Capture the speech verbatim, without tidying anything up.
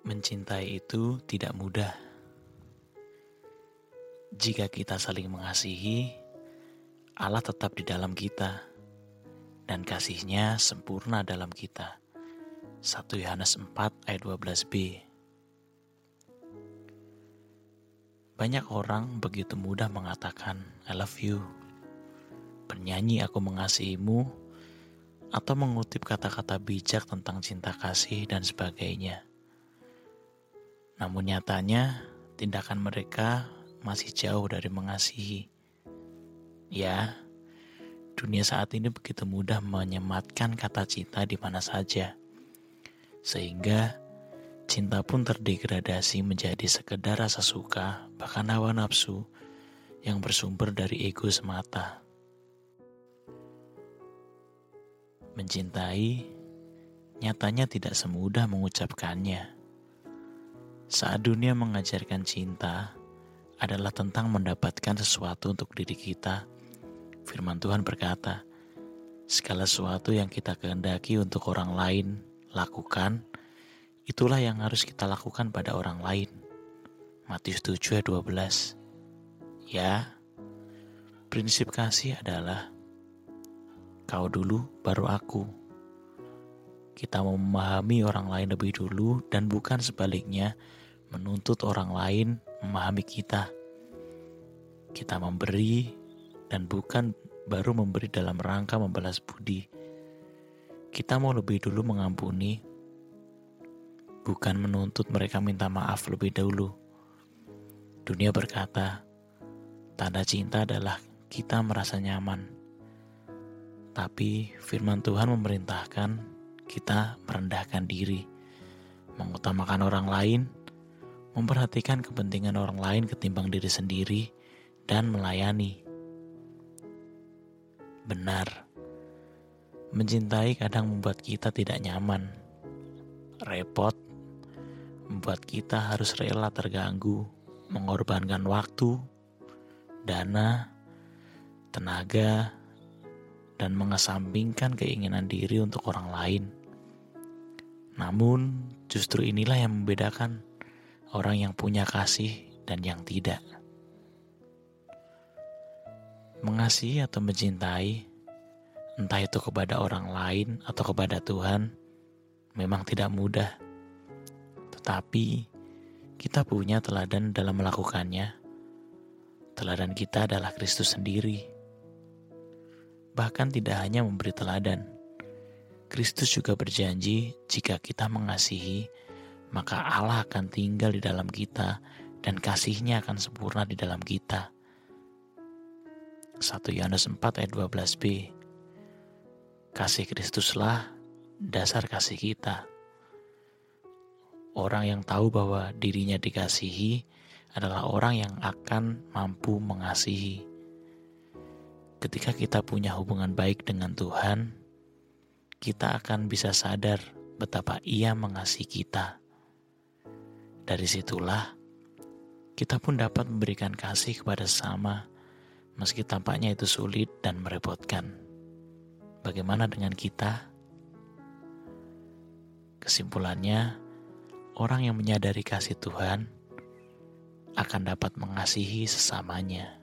Mencintai itu tidak mudah. Jika kita saling mengasihi, Allah tetap di dalam kita, dan kasih-Nya sempurna dalam kita. satu Yohanes empat ayat dua belas b. Banyak orang begitu mudah mengatakan I love you, bernyanyi aku mengasihimu, atau mengutip kata-kata bijak tentang cinta kasih dan sebagainya. Namun nyatanya, tindakan mereka masih jauh dari mengasihi. Ya, dunia saat ini begitu mudah menyematkan kata cinta di mana saja, sehingga cinta pun terdegradasi menjadi sekedar rasa suka, bahkan hawa nafsu yang bersumber dari ego semata. Mencintai nyatanya tidak semudah mengucapkannya. Saat dunia mengajarkan cinta adalah tentang mendapatkan sesuatu untuk diri kita, firman Tuhan berkata, segala sesuatu yang kita kehendaki untuk orang lain lakukan, itulah yang harus kita lakukan pada orang lain. Matius tujuh ayat dua belas. Ya, prinsip kasih adalah kau dulu baru aku. Kita mau memahami orang lain lebih dulu dan bukan sebaliknya menuntut orang lain memahami kita. Kita memberi dan bukan baru memberi dalam rangka membalas budi. Kita mau lebih dulu mengampuni, bukan menuntut mereka minta maaf lebih dahulu. Dunia berkata, tanda cinta adalah kita merasa nyaman. Tapi firman Tuhan memerintahkan kita merendahkan diri, mengutamakan orang lain, memperhatikan kepentingan orang lain ketimbang diri sendiri, dan melayani. Benar, mencintai kadang membuat kita tidak nyaman, repot, membuat kita harus rela terganggu, mengorbankan waktu, dana, tenaga, dan mengesampingkan keinginan diri untuk orang lain. Namun, justru inilah yang membedakan orang yang punya kasih dan yang tidak. Mengasihi atau mencintai, entah itu kepada orang lain atau kepada Tuhan, memang tidak mudah. Tetapi, kita punya teladan dalam melakukannya. Teladan kita adalah Kristus sendiri. Bahkan tidak hanya memberi teladan, Kristus juga berjanji jika kita mengasihi, maka Allah akan tinggal di dalam kita dan kasih-Nya akan sempurna di dalam kita. satu Yohanes empat ayat dua belas b. Kasih Kristuslah dasar kasih kita. Orang yang tahu bahwa dirinya dikasihi adalah orang yang akan mampu mengasihi. Ketika kita punya hubungan baik dengan Tuhan, kita akan bisa sadar betapa Ia mengasihi kita. Dari situlah, kita pun dapat memberikan kasih kepada sesama, meski tampaknya itu sulit dan merepotkan. Bagaimana dengan kita? Kesimpulannya, orang yang menyadari kasih Tuhan akan dapat mengasihi sesamanya.